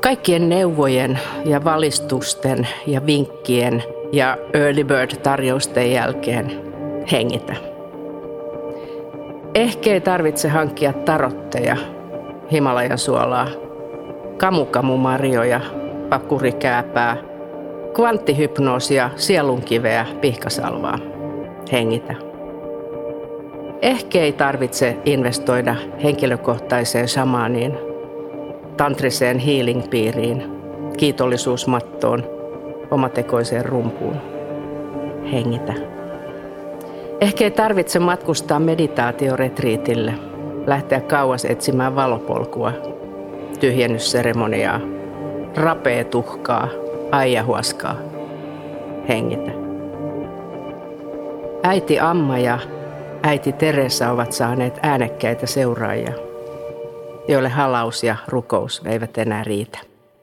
Kaikkien neuvojen ja valistusten ja vinkkien ja early bird-tarjousten jälkeen hengitä. Ehkä ei tarvitse hankkia tarotteja, Himalajan suolaa, kamukamumarjoja, pakurikääpää, kvanttihypnoosia, sielunkiveä, pihkasalvaa. Hengitä. Ehkä ei tarvitse investoida henkilökohtaiseen shamaaniin, tantriseen healing-piiriin, kiitollisuusmattoon, omatekoiseen rumpuun. Hengitä. Ehkä ei tarvitse matkustaa meditaatioretriitille, lähteä kauas etsimään valopolkua, tyhjennysseremoniaa, rapeetuhkaa, aijahuaskaa. Hengitä. Äiti Amma ja äiti Teresa ovat saaneet äänekkäitä seuraajia, joille halaus ja rukous eivät enää riitä.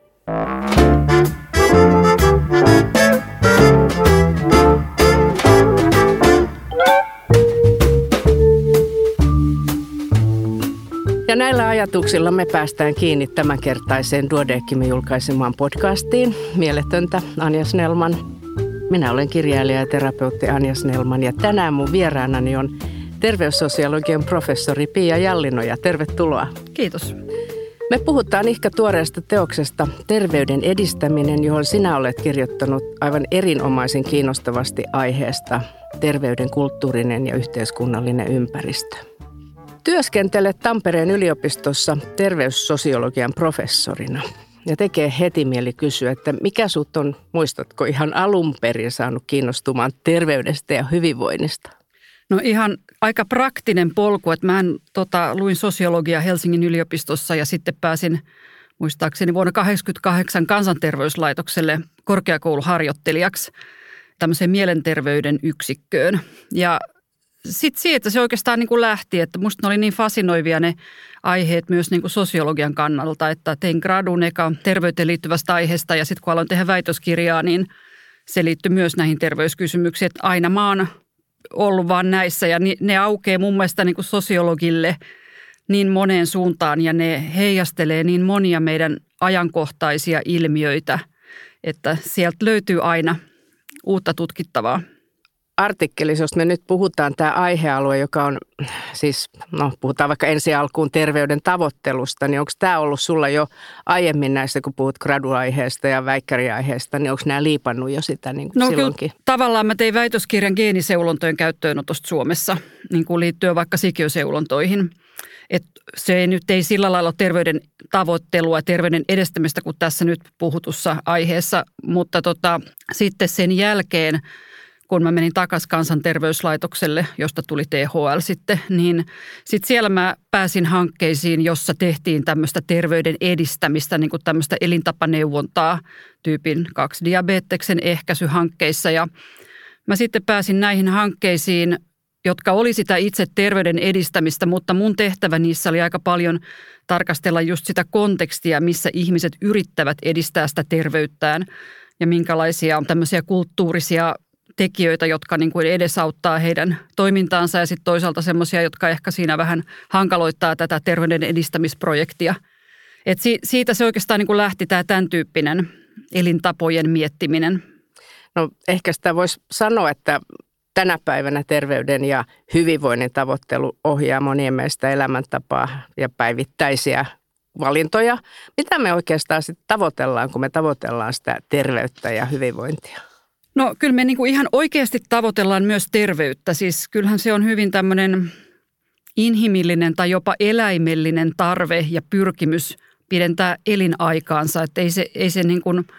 Ja näillä ajatuksilla me päästään kiinni tämänkertaiseen Duodeckimin julkaisemaan podcastiin Mieletöntä Anja Snellman. Minä olen kirjailija ja terapeutti Anja Snellman ja tänään mun vieraanani on terveyssosiologian professori Pia Jallinoja. Tervetuloa. Kiitos. Me puhutaan ihka tuoreesta teoksesta Terveyden edistäminen, johon sinä olet kirjoittanut aivan erinomaisen kiinnostavasti aiheesta terveyden kulttuurinen ja yhteiskunnallinen ympäristö. Työskentelet Tampereen yliopistossa terveyssosiologian professorina ja tekee heti mieli kysyä, että mikä sut on, muistatko, ihan alun perin saanut kiinnostumaan terveydestä ja hyvinvoinnista? No ihan aika praktinen polku, että mä luin sosiologiaa Helsingin yliopistossa ja sitten pääsin muistaakseni vuonna 1988 kansanterveyslaitokselle korkeakouluharjoittelijaksi tämmöiseen mielenterveyden yksikköön. Ja sitten siitä se oikeastaan niin kuin lähti, että musta ne oli niin fasinoivia ne aiheet myös niin kuin sosiologian kannalta, että tein gradun eka terveyteen liittyvästä aiheesta ja sitten kun aloin tehdä väitöskirjaa, niin se liittyi myös näihin terveyskysymyksiin, että aina mä oon ollut vaan näissä ja ne aukeaa mun mielestä niin kuin sosiologille niin moneen suuntaan ja ne heijastelee niin monia meidän ajankohtaisia ilmiöitä, että sieltä löytyy aina uutta tutkittavaa. Artikkelissa, jos me nyt puhutaan tämä aihealue, joka on siis, puhutaan vaikka ensi alkuun terveyden tavoittelusta, niin onko tämä ollut sulla jo aiemmin näissä, kun puhut graduaiheesta ja väikkäriaiheesta, niin onko nämä liipannut jo sitä niin kuin silloinkin? Kyllä, tavallaan mä tein väitöskirjan geeniseulontojen käyttöönotosta Suomessa, niin kuin liittyen vaikka sikiöseulontoihin. Että se nyt ei sillä lailla ole terveyden tavoittelua, terveyden edistämistä kuin tässä nyt puhutussa aiheessa, mutta sitten sen jälkeen, kun mä menin takaisin kansanterveyslaitokselle, josta tuli THL sitten, niin sitten siellä mä pääsin hankkeisiin, jossa tehtiin tämmöistä terveyden edistämistä, niin kuin tämmöistä elintapaneuvontaa tyypin 2-diabeteksen ehkäisyhankkeissa. Ja mä sitten pääsin näihin hankkeisiin, jotka oli sitä itse terveyden edistämistä, mutta mun tehtävä niissä oli aika paljon tarkastella just sitä kontekstia, missä ihmiset yrittävät edistää sitä terveyttään ja minkälaisia tämmöisiä kulttuurisia tekijöitä, jotka niin kuin edesauttaa heidän toimintaansa ja sitten toisaalta semmoisia, jotka ehkä siinä vähän hankaloittaa tätä terveyden edistämisprojektia. Et siitä se oikeastaan niin kuin lähti tämä tämän tyyppinen elintapojen miettiminen. No ehkä sitä voisi sanoa, että tänä päivänä terveyden ja hyvinvoinnin tavoittelu ohjaa monien meistä elämäntapaa ja päivittäisiä valintoja. Mitä me oikeastaan sitten tavoitellaan, kun me tavoitellaan sitä terveyttä ja hyvinvointia? No kyllä me niin kuin ihan oikeasti tavoitellaan myös terveyttä. Siis kyllähän se on hyvin tämmöinen inhimillinen tai jopa eläimellinen tarve ja pyrkimys pidentää elinaikaansa. Että ei se niin kuin,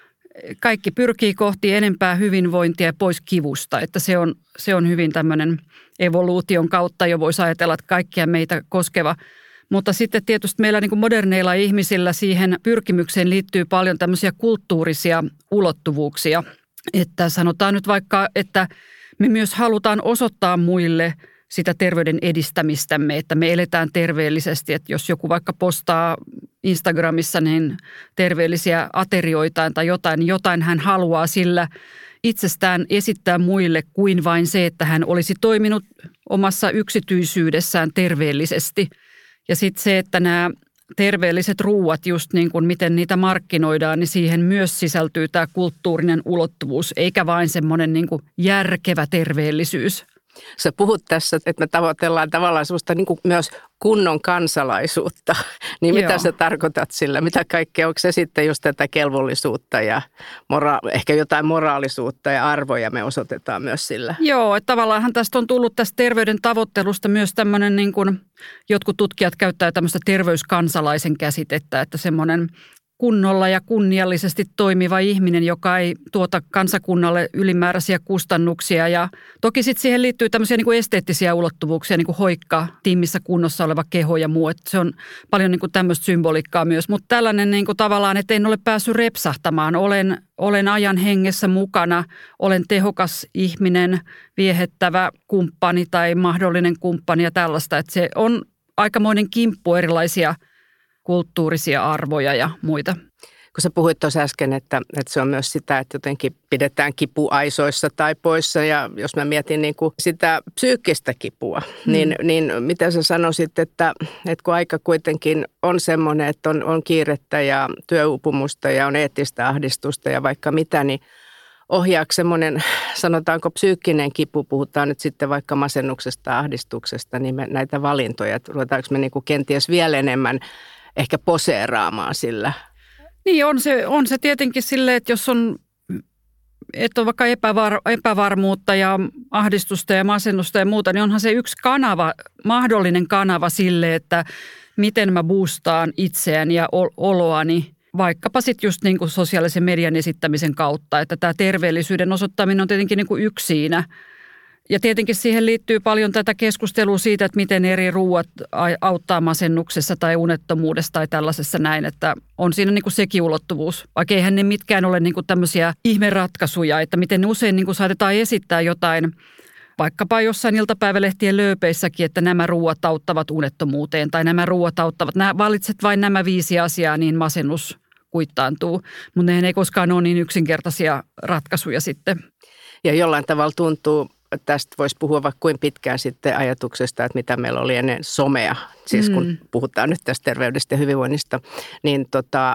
kaikki pyrkii kohti enempää hyvinvointia ja pois kivusta. Että se on hyvin tämmöinen evoluution kautta jo voisi ajatella, että kaikkia meitä koskeva. Mutta sitten tietysti meillä niin kuin moderneilla ihmisillä siihen pyrkimykseen liittyy paljon tämmöisiä kulttuurisia ulottuvuuksia. Että sanotaan nyt vaikka, että me myös halutaan osoittaa muille sitä terveyden edistämistämme, että me eletään terveellisesti. Että jos joku vaikka postaa Instagramissa niin terveellisiä aterioitaan tai jotain hän haluaa sillä itsestään esittää muille kuin vain se, että hän olisi toiminut omassa yksityisyydessään terveellisesti. Ja sitten se, että nämä terveelliset ruuat, just niin kuin miten niitä markkinoidaan, niin siihen myös sisältyy tämä kulttuurinen ulottuvuus, eikä vain semmoinen niin kuin järkevä terveellisyys. Sä puhut tässä, että me tavoitellaan tavallaan sellaista niin kuin myös kunnon kansalaisuutta. Niin mitä sä tarkoitat sillä? Mitä kaikkea? Onko se sitten just tätä kelvollisuutta ja ehkä jotain moraalisuutta ja arvoja me osoitetaan myös sillä? Joo, että tavallaanhan tästä on tullut tästä terveyden tavoittelusta myös tämmöinen, niin kuin jotkut tutkijat käyttää tämmöistä terveyskansalaisen käsitettä, että semmoinen kunnolla ja kunniallisesti toimiva ihminen, joka ei tuota kansakunnalle ylimääräisiä kustannuksia. Ja toki sitten siihen liittyy tämmöisiä niin kuin esteettisiä ulottuvuuksia, niin kuin hoikka, tiimissä kunnossa oleva keho ja muu. Että se on paljon niin kuin tämmöistä symbolikkaa myös. Mutta tällainen niin kuin tavallaan, että en ole päässyt repsahtamaan. Olen ajan hengessä mukana, olen tehokas ihminen, viehättävä kumppani tai mahdollinen kumppani ja tällaista. Että se on aikamoinen kimppu erilaisia kulttuurisia arvoja ja muita. Kun sä puhuit tuossa äsken, että se on myös sitä, että jotenkin pidetään kipu aisoissa tai poissa. Ja jos mä mietin niin kuin sitä psyykkistä kipua, niin mitä sä sanoisit, että kun aika kuitenkin on semmoinen, että on kiirettä ja työuupumusta ja on eettistä ahdistusta ja vaikka mitä, niin ohjaako semmoinen, sanotaanko psyykkinen kipu, puhutaan nyt sitten vaikka masennuksesta, ahdistuksesta, niin näitä valintoja, että ruvetaanko me niin kuin kenties vielä enemmän ehkä poseeraamaan sillä? Niin on se tietenkin silleen, että jos on vaikka epävarmuutta ja ahdistusta ja masennusta ja muuta, niin onhan se yksi mahdollinen kanava sille, että miten mä boostaan itseäni ja oloani, vaikkapa sitten just niin kuin sosiaalisen median esittämisen kautta, että tämä terveellisyyden osoittaminen on tietenkin niin kuin yksi siinä. Ja tietenkin siihen liittyy paljon tätä keskustelua siitä, että miten eri ruuat auttaa masennuksessa tai unettomuudessa tai tällaisessa näin, että on siinä niin kuin sekin ulottuvuus. Vaikka eihän ne mitkään ole niin kuin tämmöisiä ihmeratkaisuja, että miten usein niin kuin saatetaan esittää jotain, vaikkapa jossain iltapäivälehtien lööpeissäkin, että nämä ruuat auttavat unettomuuteen tai nämä ruuat auttavat. Valitset vain nämä 5 asiaa, niin masennus kuittaantuu, mutta nehän ei koskaan ole niin yksinkertaisia ratkaisuja sitten. Ja jollain tavalla tuntuu, tästä voisi puhua vaikka kuin pitkään sitten ajatuksesta, että mitä meillä oli ennen somea, siis kun puhutaan nyt tästä terveydestä ja hyvinvoinnista, niin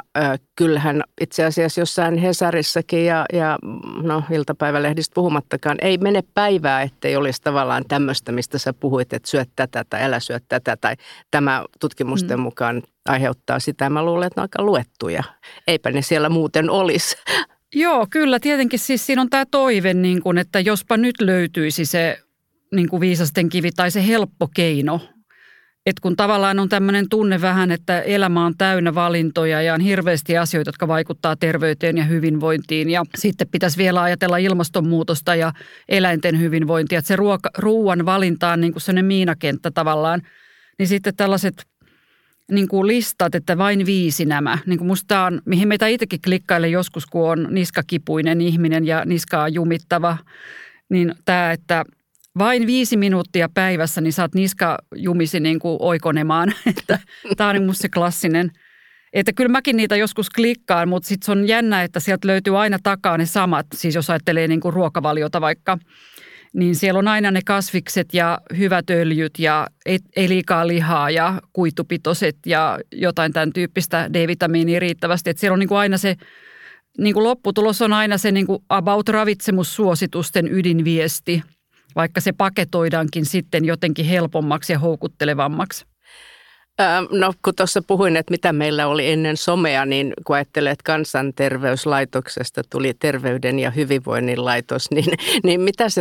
kyllähän itse asiassa jossain Hesarissakin ja iltapäivälehdistä puhumattakaan, ei mene päivää, ettei olisi tavallaan tämmöistä, mistä sä puhuit, että syöt tätä tai älä syö tätä tai tämä tutkimusten mukaan aiheuttaa sitä. Mä luulen, että ne on aika luettuja. Eipä ne siellä muuten olisi. Joo, kyllä. Tietenkin siis siinä on tämä toive, niin kun, että jospa nyt löytyisi se niin kuin viisasten kivi tai se helppo keino. Että kun tavallaan on tämmöinen tunne vähän, että elämä on täynnä valintoja ja on hirveästi asioita, jotka vaikuttaa terveyteen ja hyvinvointiin. Ja sitten pitäisi vielä ajatella ilmastonmuutosta ja eläinten hyvinvointia. Että se ruuan valinta on niin kuin sellainen miinakenttä tavallaan. Niin sitten tällaiset niin kuin listat, että vain 5 nämä. Niin kuin musta on, mihin meitä itsekin klikkailee joskus, kun on niskakipuinen ihminen ja niskaa jumittava, niin tämä, että vain 5 minuuttia päivässä, niin saat niskajumisi niin kuin oikonemaan. Tämä on musta se klassinen. Että kyllä mäkin niitä joskus klikkaan, mutta sitten se on jännä, että sieltä löytyy aina takaa ne samat. Siis jos ajattelee niin kuin ruokavaliota vaikka, niin siellä on aina ne kasvikset ja hyvät öljyt ja ei liikaa lihaa ja kuitupitoiset ja jotain tämän tyyppistä D-vitamiinia riittävästi. Että siellä on niin kuin aina se, niin kuin lopputulos on aina se niin kuin about ravitsemussuositusten ydinviesti, vaikka se paketoidaankin sitten jotenkin helpommaksi ja houkuttelevammaksi. No kun tuossa puhuin, että mitä meillä oli ennen somea, niin kun ajattelee, että kansanterveyslaitoksesta tuli terveyden ja hyvinvoinnin laitos, niin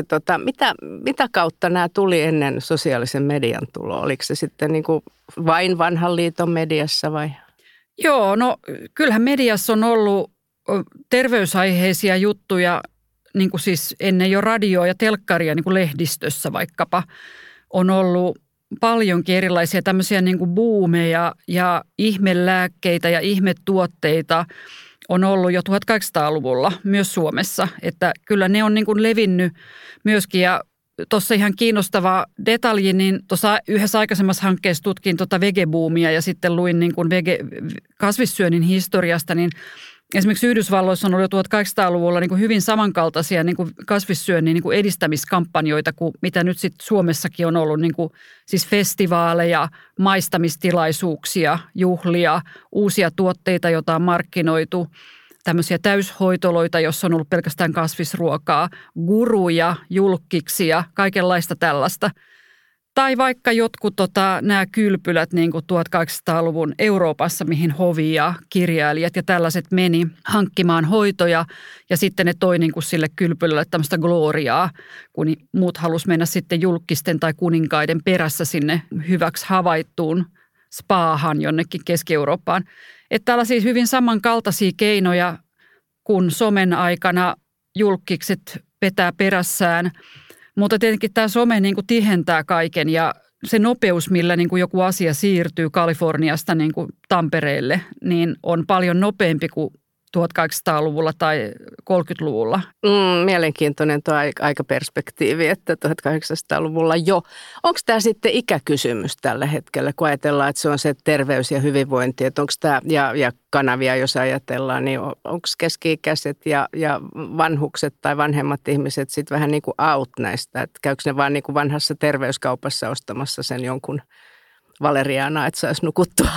mitä kautta nämä tuli ennen sosiaalisen median tuloa? Oliko se sitten niin kuin vain vanhan liiton mediassa vai? Joo, no kyllähän mediassa on ollut terveysaiheisia juttuja, niin kuin siis ennen jo radioa ja telkkaria, niin kuin lehdistössä vaikkapa, on ollut paljonkin erilaisia tämmöisiä niin kuin buumeja ja ihmelääkkeitä ja ihmetuotteita on ollut jo 1800-luvulla myös Suomessa. Että kyllä ne on niin kuin levinnyt myöskin ja tuossa ihan kiinnostava detalji, niin tuossa yhdessä aikaisemmassa hankkeessa tutkin vegebuumia ja sitten luin niin kuin kasvissyönnin historiasta, niin Esimerkiksi Yhdysvalloissa on ollut jo 1800-luvulla niin kuin hyvin samankaltaisia niin kuin kasvissyönnin niin kuin edistämiskampanjoita kuin mitä nyt sitten Suomessakin on ollut. Niin kuin, siis festivaaleja, maistamistilaisuuksia, juhlia, uusia tuotteita, joita on markkinoitu. Tämmöisiä täyshoitoloita, jossa on ollut pelkästään kasvisruokaa, guruja, julkkiksia, kaikenlaista tällaista. Tai vaikka jotkut nämä kylpylät niin kuin 1800-luvun Euroopassa, mihin hovi ja kirjailijat ja tällaiset meni hankkimaan hoitoja. Ja sitten ne toi niin kuin sille kylpylälle tämmöistä gloriaa, kun muut halusi mennä sitten julkkisten tai kuninkaiden perässä sinne hyväksi havaittuun spaahan jonnekin Keski-Eurooppaan. Että tällaisia hyvin samankaltaisia keinoja, kun somen aikana julkkikset vetää perässään. Mutta tietenkin tämä some niin kuin tihentää kaiken ja se nopeus, millä niin kuin joku asia siirtyy Kaliforniasta niin kuin Tampereelle, niin on paljon nopeampi kuin 1800-luvulla tai 30-luvulla. Mielenkiintoinen tuo aikaperspektiivi, että 1800-luvulla jo. Onko tämä sitten ikäkysymys tällä hetkellä, kun ajatellaan, että se on se terveys ja hyvinvointi, että onko tämä, ja kanavia, jos ajatellaan, niin onko keski-ikäiset ja vanhukset tai vanhemmat ihmiset sitten vähän niin kuin out näistä, että käykö ne vaan niin kuin vanhassa terveyskaupassa ostamassa sen jonkun valeriaana, että saisi nukuttua.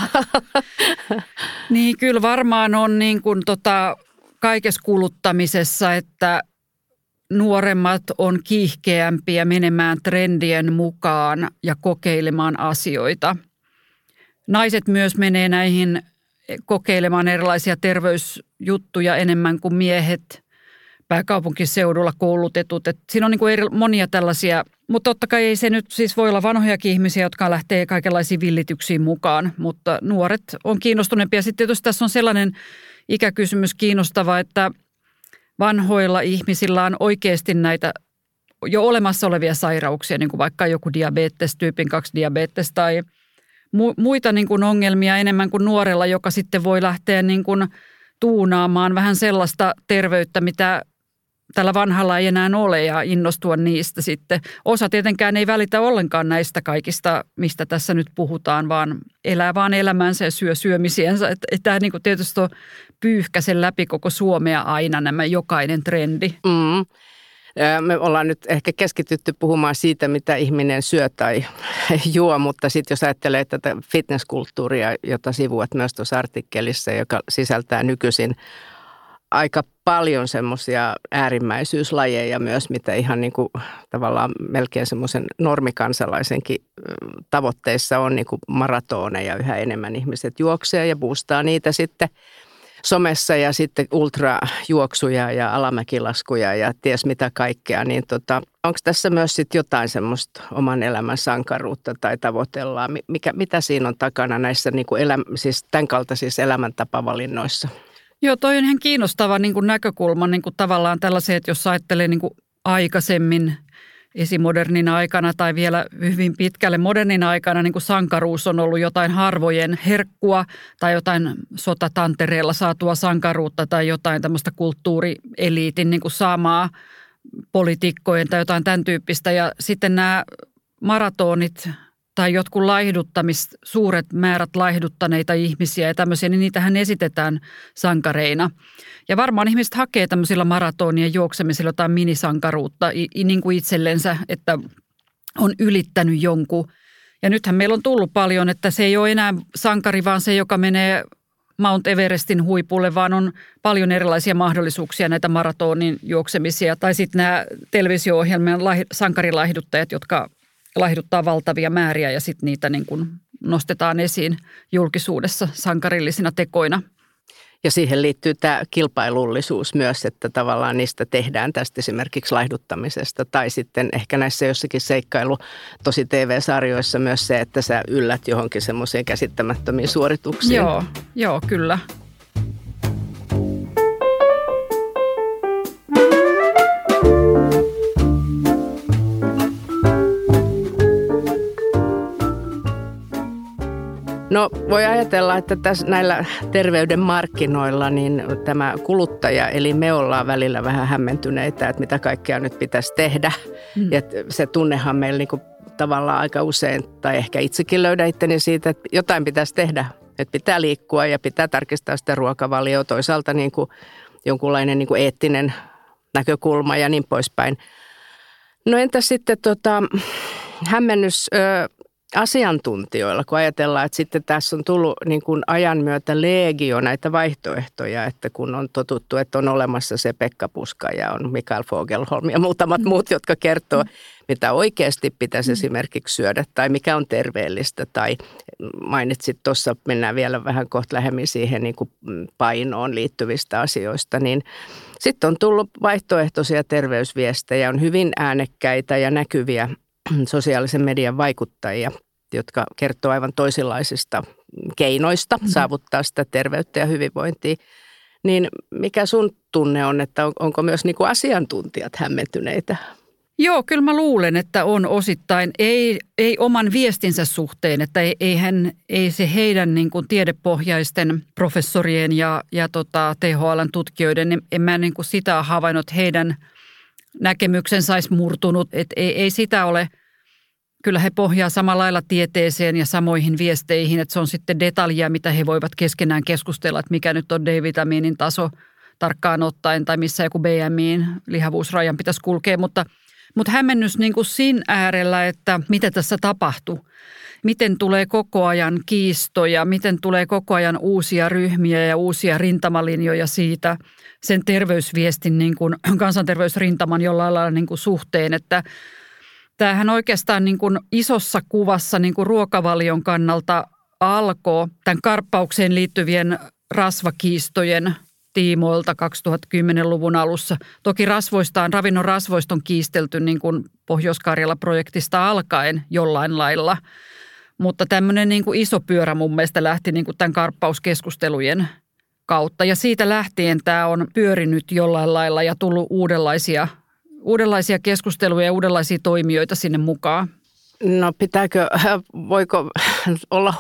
Niin kyllä varmaan on niin kuin kaikessa kuluttamisessa, että nuoremmat on kiihkeämpiä menemään trendien mukaan ja kokeilemaan asioita. Naiset myös menee näihin kokeilemaan erilaisia terveysjuttuja enemmän kuin miehet pääkaupunkiseudulla koulutetut. Et siinä on niin kuin monia tällaisia, mutta totta kai ei se nyt siis voi olla vanhojakin ihmisiä, jotka lähtee kaikenlaisiin villityksiin mukaan, mutta nuoret on kiinnostuneempia. Sitten tietysti tässä on sellainen ikäkysymys kiinnostava, että vanhoilla ihmisillä on oikeasti näitä jo olemassa olevia sairauksia, niin kuin vaikka joku diabetes, tyypin 2 diabetes tai muita niin kuin ongelmia enemmän kuin nuorella, joka sitten voi lähteä niin kuin tuunaamaan vähän sellaista terveyttä, mitä tällä vanhalla ei enää ole ja innostua niistä sitten. Osa tietenkään ei välitä ollenkaan näistä kaikista, mistä tässä nyt puhutaan, vaan elää vaan elämänsä ja syö syömisiensä. Tämä niin kuin tietysti on pyyhkäisen läpi koko Suomea aina nämä jokainen trendi. Me ollaan nyt ehkä keskitytty puhumaan siitä, mitä ihminen syö tai juo, mutta sitten jos ajattelee tätä fitnesskulttuuria, jota sivuat myös tuossa artikkelissa, joka sisältää nykyisin aika paljon semmoisia äärimmäisyyslajeja myös, mitä ihan niin kuin tavallaan melkein semmoisen normikansalaisenkin tavoitteissa on niin kuin maratoneja. Yhä enemmän ihmiset juoksee ja boostaa niitä sitten somessa ja sitten ultrajuoksuja ja alamäkilaskuja ja ties mitä kaikkea. Niin onko tässä myös sitten jotain semmoista oman elämän sankaruutta tai tavoitellaan? Mitä siinä on takana näissä niin kuin siis tämän kaltaisissa elämäntapavalinnoissa? Joo, toi on ihan kiinnostava niin kuin näkökulma, niin kuin tavallaan tällaiset, että jos ajattelee niin kuin aikaisemmin esimodernin aikana tai vielä hyvin pitkälle modernin aikana, niin kuin sankaruus on ollut jotain harvojen herkkua tai jotain sotatantereella saatua sankaruutta tai jotain tämmöistä kulttuurieliitin niin kuin saamaa poliitikkojen tai jotain tämän tyyppistä. Ja sitten nämä maratonit tai jotkut suuret määrät laihduttaneita ihmisiä ja tämmöisiä, niin niitähän esitetään sankareina. Ja varmaan ihmiset hakee tämmöisillä maratonien juoksemisilla jotain minisankaruutta niin kuin itsellensä, että on ylittänyt jonkun. Ja nythän meillä on tullut paljon, että se ei ole enää sankari, vaan se, joka menee Mount Everestin huipulle, vaan on paljon erilaisia mahdollisuuksia näitä maratonin juoksemisia. Tai sitten nämä televisio-ohjelmien sankarilaihduttajat, jotka laihduttaa valtavia määriä ja sitten niitä niin kuin nostetaan esiin julkisuudessa sankarillisina tekoina. Ja siihen liittyy tämä kilpailullisuus myös, että tavallaan niistä tehdään tästä esimerkiksi laihduttamisesta. Tai sitten ehkä näissä jossakin tosi TV-sarjoissa myös se, että sä yllät johonkin semmoiseen käsittämättömiin suorituksiin. Joo, kyllä. No voi ajatella, että tässä näillä terveyden markkinoilla niin tämä kuluttaja, eli me ollaan välillä vähän hämmentyneitä, että mitä kaikkea nyt pitäisi tehdä. Ja se tunnehan meillä niin kuin tavallaan aika usein, tai ehkä itsekin löydän itteni siitä, että jotain pitäisi tehdä Että pitää liikkua ja pitää tarkistaa sitä ruokavalioa. Toisaalta niin kuin jonkunlainen niin kuin eettinen näkökulma ja niin poispäin. No entä sitten hämmennys asiantuntijoilla, kun ajatellaan, että sitten tässä on tullut niin kuin ajan myötä legio näitä vaihtoehtoja, että kun on totuttu, että on olemassa se Pekka Puska ja on Mikael Fogelholm ja muutamat muut, jotka kertoo, mitä oikeasti pitäisi esimerkiksi syödä tai mikä on terveellistä. Tai mainitsit tuossa, mennään vielä vähän kohta lähemmin siihen niin kuin painoon liittyvistä asioista, niin sitten on tullut vaihtoehtoisia terveysviestejä, on hyvin äänekkäitä ja näkyviä sosiaalisen median vaikuttajia, jotka kertoo aivan toisenlaisista keinoista saavuttaa sitä terveyttä ja hyvinvointia. Niin mikä sun tunne on, että onko myös niin kuin asiantuntijat hämmentyneitä? Joo, kyllä mä luulen, että on osittain. Ei oman viestinsä suhteen, että ei se heidän niin kuin tiedepohjaisten professorien ja THL:n tutkijoiden, niin en mä niin kuin sitä havainnut, että heidän näkemyksensä olisi murtunut. Että ei sitä ole. Kyllä he pohjaa samalla lailla tieteeseen ja samoihin viesteihin, että se on sitten detaljia, mitä he voivat keskenään keskustella, että mikä nyt on D-vitamiinin taso tarkkaan ottaen tai missä joku BMI:n lihavuusrajan pitäisi kulkea, mutta hämmennys niin kuin siinä äärellä, että mitä tässä tapahtuu. Miten tulee koko ajan kiistoja, miten tulee koko ajan uusia ryhmiä ja uusia rintamalinjoja siitä sen terveysviestin niin kuin kansanterveysrintaman jollain lailla niin kuin suhteen, että tämähän oikeastaan niin kuin isossa kuvassa niin kuin ruokavalion kannalta alkoi tämän karppaukseen liittyvien rasvakiistojen tiimoilta 2010-luvun alussa. Toki ravinnon rasvoista on kiistelty niin kuin Pohjois-Karjala-projektista alkaen jollain lailla, mutta tämmöinen niin kuin iso pyörä mun mielestä lähti niin kuin tämän karppauskeskustelujen kautta. Ja siitä lähtien tämä on pyörinyt jollain lailla ja tullut uudenlaisia keskusteluja ja uudenlaisia toimijoita sinne mukaan. No voiko olla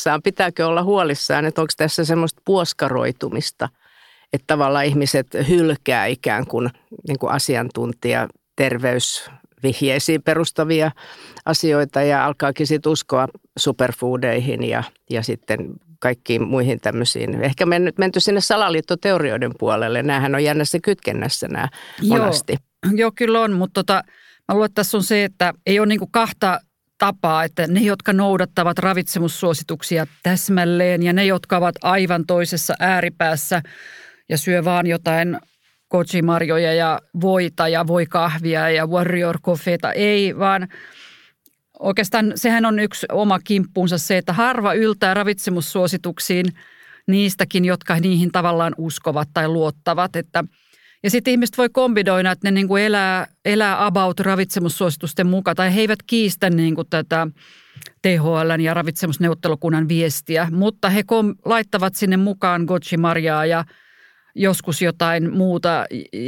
huolissaan, että onko tässä semmoista puoskaroitumista, että tavallaan ihmiset hylkää ikään kuin asiantuntija terveysvihjeisiin perustavia asioita ja alkaakin sitten uskoa superfoodeihin ja sitten kaikkiin muihin tämmöisiin. Ehkä menty sinne salaliittoteorioiden puolelle. Nämähän on jännässä kytkennässä nämä monasti. Joo, kyllä on, mutta mä luulen, että tässä on se, että ei ole niin kuin kahta tapaa, että ne, jotka noudattavat ravitsemussuosituksia täsmälleen ja ne, jotka ovat aivan toisessa ääripäässä ja syö vaan jotain goji-marjoja ja voita ja voikahvia ja warrior coffeeta, ei vaan oikeastaan sehän on yksi oma kimppuunsa se, että harva yltää ravitsemussuosituksiin niistäkin, jotka niihin tavallaan uskovat tai luottavat, ja sitten ihmiset voi kombinoida, että ne niin kuin elää about ravitsemussuositusten mukaan, tai he eivät kiistä niin kuin tätä THL:n ja ravitsemusneuvottelukunnan viestiä, mutta he laittavat sinne mukaan goji-marjaa ja joskus jotain muuta.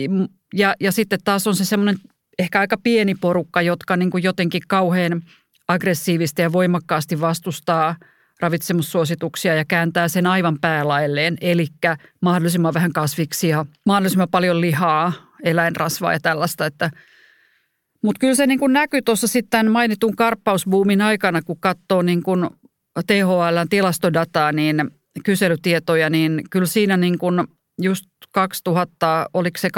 Ja sitten taas on se semmoinen ehkä aika pieni porukka, jotka niin kuin jotenkin kauhean aggressiivisesti ja voimakkaasti vastustaa ravitsemussuosituksia ja kääntää sen aivan päälaelleen, eli mahdollisimman vähän kasviksia, mahdollisimman paljon lihaa, eläinrasvaa ja tällaista. Mutta kyllä se niin kuin näkyy tuossa sitten mainitun karppausbuumin aikana, kun katsoo niin kuin THL:n tilastodataa, niin kyselytietoja, niin kyllä siinä niin kuin just 2000, oliko se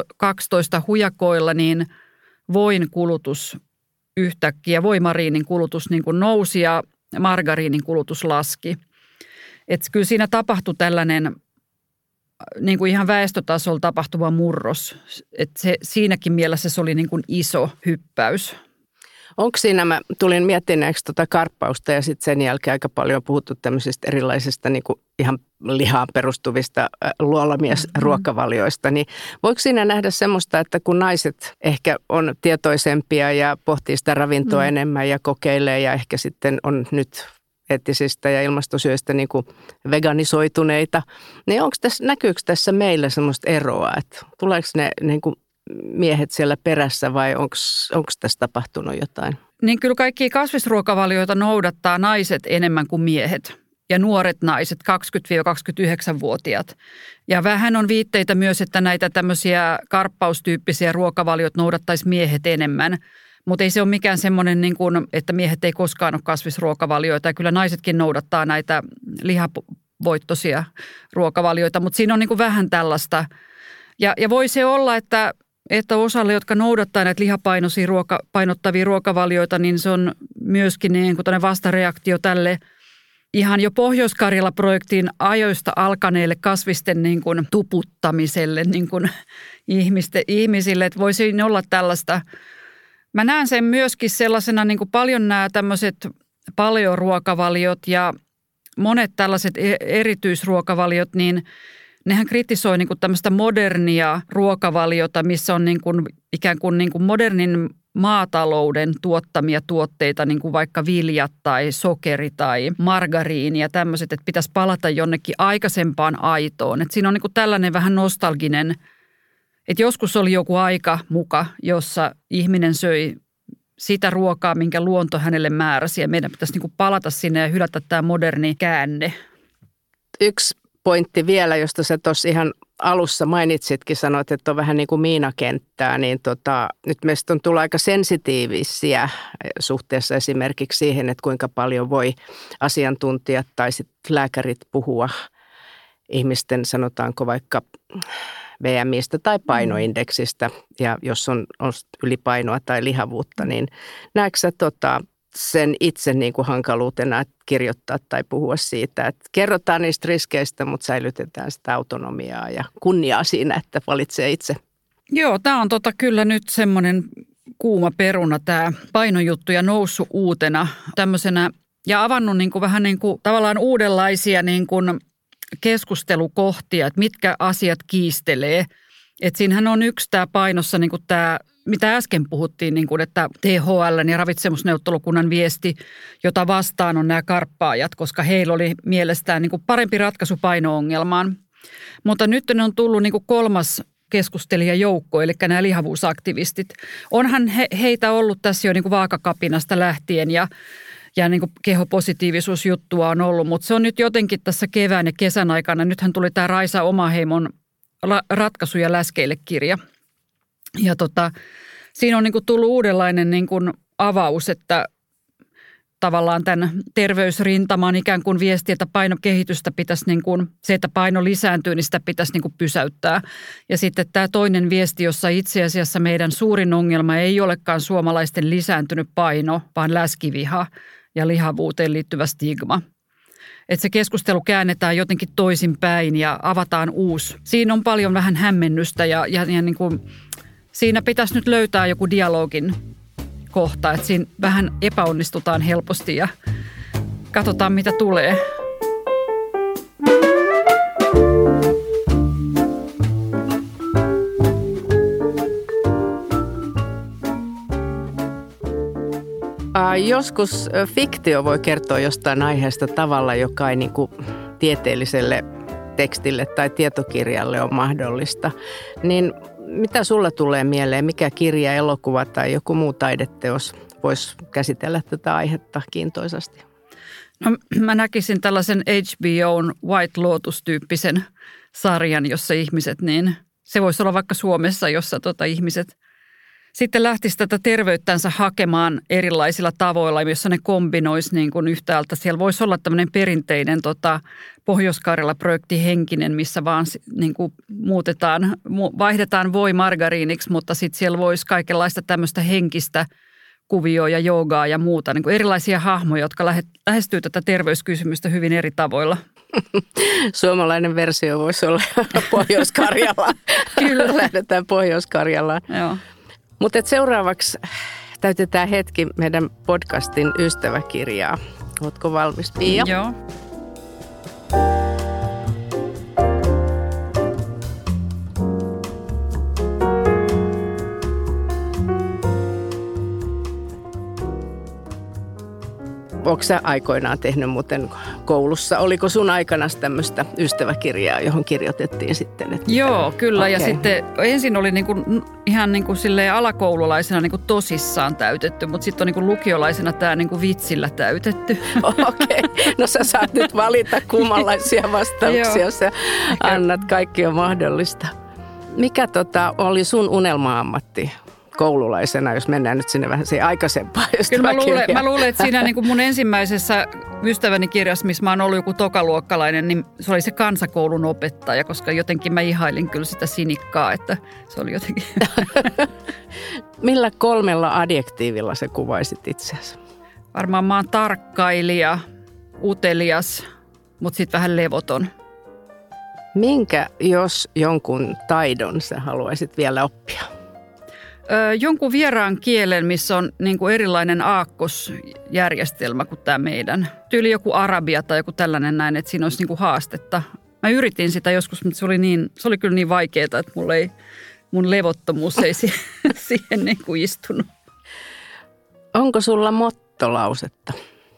12 hujakoilla, niin voin kulutus yhtäkkiä, voimariinin kulutus niin kuin nousi ja margariinin kulutus laski. Että kyllä siinä tapahtui tällainen niin kuin ihan väestötasolla tapahtuva murros. Että siinäkin mielessä se oli niin kuin iso hyppäys. Onko siinä, mä tulin miettineeksi karppausta ja sitten sen jälkeen aika paljon puhuttu tämmöisistä erilaisista niin kuin ihan lihaan perustuvista luolamiesruokavalioista, niin voiko siinä nähdä semmoista, että kun naiset ehkä on tietoisempia ja pohtii sitä ravintoa enemmän ja kokeilee ja ehkä sitten on nyt eettisistä ja ilmastosyöistä niin kuin veganisoituneita, niin näkyykö tässä meillä semmoista eroa, että tuleeko ne niin kuin miehet siellä perässä vai onko tässä tapahtunut jotain? Niin kyllä kaikkia kasvisruokavalioita noudattaa naiset enemmän kuin miehet ja nuoret naiset, 20-29-vuotiaat. Ja vähän on viitteitä myös, että näitä tämmöisiä karppaustyyppisiä ruokavalioita noudattaisi miehet enemmän. Mutta ei se ole mikään semmoinen, niin kuin, että miehet ei koskaan ole kasvisruokavalioita. Ja kyllä naisetkin noudattaa näitä lihavoittoisia ruokavalioita, mutta siinä on niin kuin vähän tällaista. Ja voi se olla, että osalle, jotka noudattaa näitä painottavia ruokavalioita, niin se on myöskin niin kuin vastareaktio tälle ihan jo Pohjois-Karjala-projektin ajoista alkaneelle kasvisten niin kuin tuputtamiselle niin kuin ihmisille, että voisi olla tällaista. Mä näen sen myöskin sellaisena niin kuin paljon nämä tämmöiset paleoruokavaliot ja monet tällaiset erityisruokavaliot, niin nehän kritisoi niin kuin tämmöistä modernia ruokavaliota, missä on niin kuin ikään kuin modernin maatalouden tuottamia tuotteita, niin kuin vaikka viljat tai sokeri tai margariini ja tämmöiset, että pitäisi palata jonnekin aikaisempaan aitoon. Että siinä on niin kuin tällainen vähän nostalginen, että joskus oli joku aika muka, jossa ihminen söi sitä ruokaa, minkä luonto hänelle määräsi ja meidän pitäisi niin kuin palata sinne ja hylätä tämä moderni käänne. Yksi pointti vielä, josta sä tuossa ihan alussa mainitsitkin, sanoit, että on vähän niin kuin miinakenttää, niin nyt meistä on tullut aika sensitiivisiä suhteessa esimerkiksi siihen, että kuinka paljon voi asiantuntijat tai sitten lääkärit puhua ihmisten, sanotaanko vaikka BMI:stä tai painoindeksistä, ja jos on ylipainoa tai lihavuutta, niin näetkö sä sen itse niin kuin hankaluutena, että kirjoittaa tai puhua siitä, että kerrotaan niistä riskeistä, mutta säilytetään sitä autonomiaa ja kunniaa siinä, että valitsee itse. Joo, tämä on kyllä nyt semmoinen kuuma peruna tämä painojuttu ja noussut uutena tämmöisenä ja avannut niin kuin vähän niin kuin tavallaan uudenlaisia niin kuin keskustelukohtia, että mitkä asiat kiistelee. Että siinähän on yksi tämä painossa niin kuin tämä, mitä äsken puhuttiin, niin kuin, että THL ja ravitsemusneuvottelukunnan viesti, jota vastaan on nämä karppaajat, koska heillä oli mielestään niin kuin parempi ratkaisu paino-ongelmaan. Mutta nyt ne on tullut niin kuin kolmas keskustelijajoukko, eli nämä lihavuusaktivistit. Onhan heitä ollut tässä jo niin kuin vaakakapinasta lähtien ja niin kuin kehopositiivisuusjuttua on ollut, mutta se on nyt jotenkin tässä kevään ja kesän aikana. Nythän tuli tämä Raisa Omaheimon ratkaisuja läskeille -kirja. Ja siinä on niin kuin tullut uudenlainen niin kuin avaus, että tavallaan tämän terveysrintaman ikään kuin viesti, että painokehitystä pitäisi, niin kuin, se että paino lisääntyy, niin sitä pitäisi niin kuin pysäyttää. Ja sitten tämä toinen viesti, jossa itse asiassa meidän suurin ongelma ei olekaan suomalaisten lisääntynyt paino, vaan läskiviha ja lihavuuteen liittyvä stigma. Että se keskustelu käännetään jotenkin toisinpäin ja avataan uusi. Siinä on paljon vähän hämmennystä ja niin kuin, siinä pitäisi nyt löytää joku dialogin kohta, että siinä vähän epäonnistutaan helposti ja katsotaan mitä tulee. Joskus fiktio voi kertoa jostain aiheesta tavalla, joka ei niin kuin tieteelliselle tekstille tai tietokirjalle ole mahdollista. Niin mitä sulla tulee mieleen, mikä kirja, elokuva tai joku muu taideteos voisi käsitellä tätä aihetta kiintoisasti? No, mä näkisin tällaisen HBO:n White Lotus-tyyppisen sarjan, jossa ihmiset, niin se voisi olla vaikka Suomessa, jossa ihmiset sitten lähtisi tätä terveyttänsä hakemaan erilaisilla tavoilla, jossa ne kombinoisi niin kuin yhtäältä. Siellä voisi olla tämmöinen perinteinen Pohjois-Karjala-projekti henkinen, missä vaan niin kuin vaihdetaan voi margariiniksi, mutta sitten siellä voisi kaikenlaista tämmöistä henkistä kuvioa ja joogaa ja muuta. Niin kuin erilaisia hahmoja, jotka lähestyy tätä terveyskysymystä hyvin eri tavoilla. Suomalainen versio voisi olla Pohjois-Karjala. Kyllä. Lähdetään Pohjois-Karjalaan. Joo. Mutta seuraavaksi täytetään hetki meidän podcastin ystäväkirjaa. Ootko valmis, Pia? Joo. Onko sä aikoinaan tehnyt muuten koulussa? Oliko sun aikana tämmöistä ystäväkirjaa, johon kirjoitettiin sitten? Että joo, kyllä. Okay. Ja sitten ensin oli ihan silleen alakoululaisena tosissaan täytetty, mutta sitten on lukiolaisena tämä vitsillä täytetty. Okei. No sä saat nyt valita kummanlaisia vastauksia, jos sä annat. Kaikki on mahdollista. Mikä oli sun unelma-ammatti koululaisena, jos mennään nyt sinne vähän siihen aikaisempaan. Kyllä mä luulen, että siinä niin kuin mun ensimmäisessä ystäväni kirjassa, missä mä oon ollut joku tokaluokkalainen, niin se oli se kansakoulun opettaja, koska jotenkin mä ihailin kyllä sitä sinikkaa, että se oli jotenkin. Millä 3 adjektiivilla sä kuvaisit itseäsi? Varmaan mä oon tarkkailija, utelias, mutta sitten vähän levoton. Minkä, jos jonkun taidon sä haluaisit vielä oppia? Jonkun vieraan kielen, missä on niin kuin erilainen aakkosjärjestelmä kuin tämä meidän. Tyyli joku arabia tai joku tällainen näin, että siinä olisi niin kuin haastetta. Mä yritin sitä joskus, mutta se oli kyllä niin vaikeaa, että mun levottomuus ei siihen niin kuin istunut. Onko sulla mottolausetta?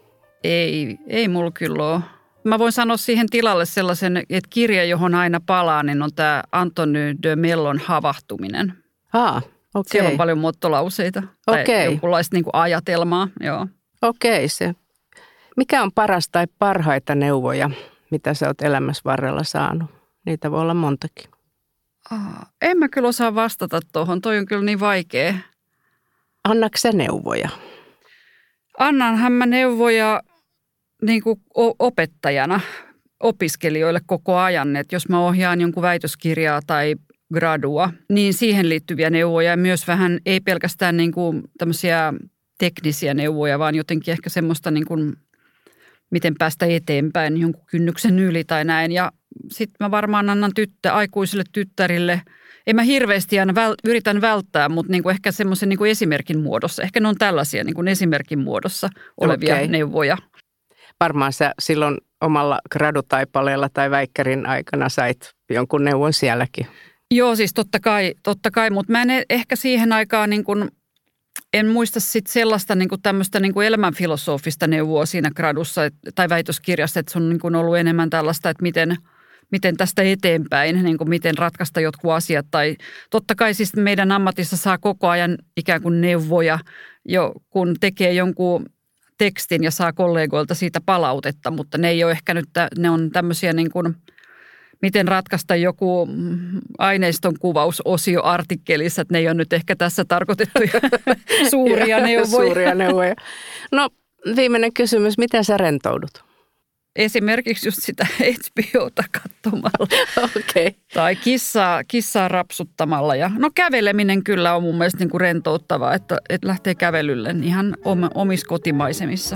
Ei mulla kyllä ole. Mä voin sanoa siihen tilalle sellaisen, että kirja, johon aina palaa, niin on tämä Anthony de Mellon Havahtuminen. Okay. Siellä on paljon mottolauseita tai jonkunlaista niin kuin ajatelmaa. Joo. Okei, se. Mikä on paras tai parhaita neuvoja, mitä sä oot elämässä varrella saanut? Niitä voi olla montakin. En mä kyllä osaa vastata tuohon. Toi on kyllä niin vaikea. Annatko sä neuvoja? Annanhan mä neuvoja niin kuin opettajana opiskelijoille koko ajan. Että jos mä ohjaan jonkun väitöskirjaa tai gradua, niin siihen liittyviä neuvoja ja myös vähän ei pelkästään niin kuin tämmöisiä teknisiä neuvoja, vaan jotenkin ehkä semmoista niin kuin, miten päästä eteenpäin jonkun kynnyksen yli tai näin. Ja sitten mä varmaan annan aikuisille tyttärille, en mä hirveästi aina yritän välttää, mutta niin kuin ehkä semmoisen niin kuin esimerkin muodossa. Ehkä ne on tällaisia niin kuin esimerkin muodossa olevia neuvoja. Varmaan sä silloin omalla gradutaipaleella tai väikkärin aikana sait jonkun neuvon sielläkin. Joo, siis totta kai, mutta mä en ehkä siihen aikaan niin kuin, en muista sitten sellaista niin kuin tämmöistä niin kuin elämänfilosofista neuvoa siinä gradussa tai väitöskirjassa, että se on niin kuin ollut enemmän tällaista, että miten tästä eteenpäin, niin kuin miten ratkaista jotkut asiat. Tai totta kai siis meidän ammatissa saa koko ajan ikään kuin neuvoja, jo kun tekee jonkun tekstin ja saa kollegoilta siitä palautetta, mutta ne ei ole ehkä nyt, ne on tämmöisiä niin kuin miten ratkaista joku aineiston kuvausosio artikkelissa, että ne ei ole nyt ehkä tässä tarkoitettuja suuria neuvoja. Suuria neuvoja. No viimeinen kysymys, miten sä rentoudut? Esimerkiksi just sitä HBOta katsomalla. Okay. Tai kissaa rapsuttamalla. Ja, no käveleminen kyllä on mun mielestä niin kuin rentouttavaa, että lähtee kävelylle ihan omissa kotimaisemissa.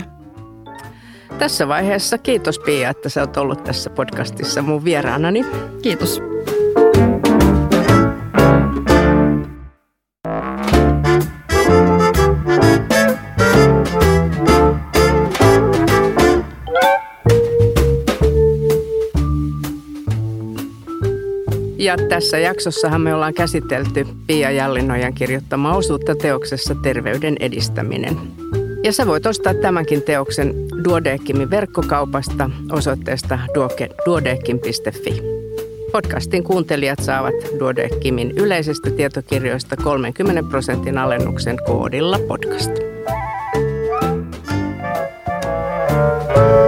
Tässä vaiheessa kiitos Pia, että sä oot ollut tässä podcastissa mun vieraanani. Kiitos. Ja tässä jaksossahan me ollaan käsitelty Pia Jallinojan kirjoittamaa osuutta teoksessa Terveyden edistäminen. Ja sä voit ostaa tämänkin teoksen Duodecimin verkkokaupasta osoitteesta duodecim.fi. Podcastin kuuntelijat saavat Duodecimin yleisistä tietokirjoista 30% alennuksen koodilla podcast.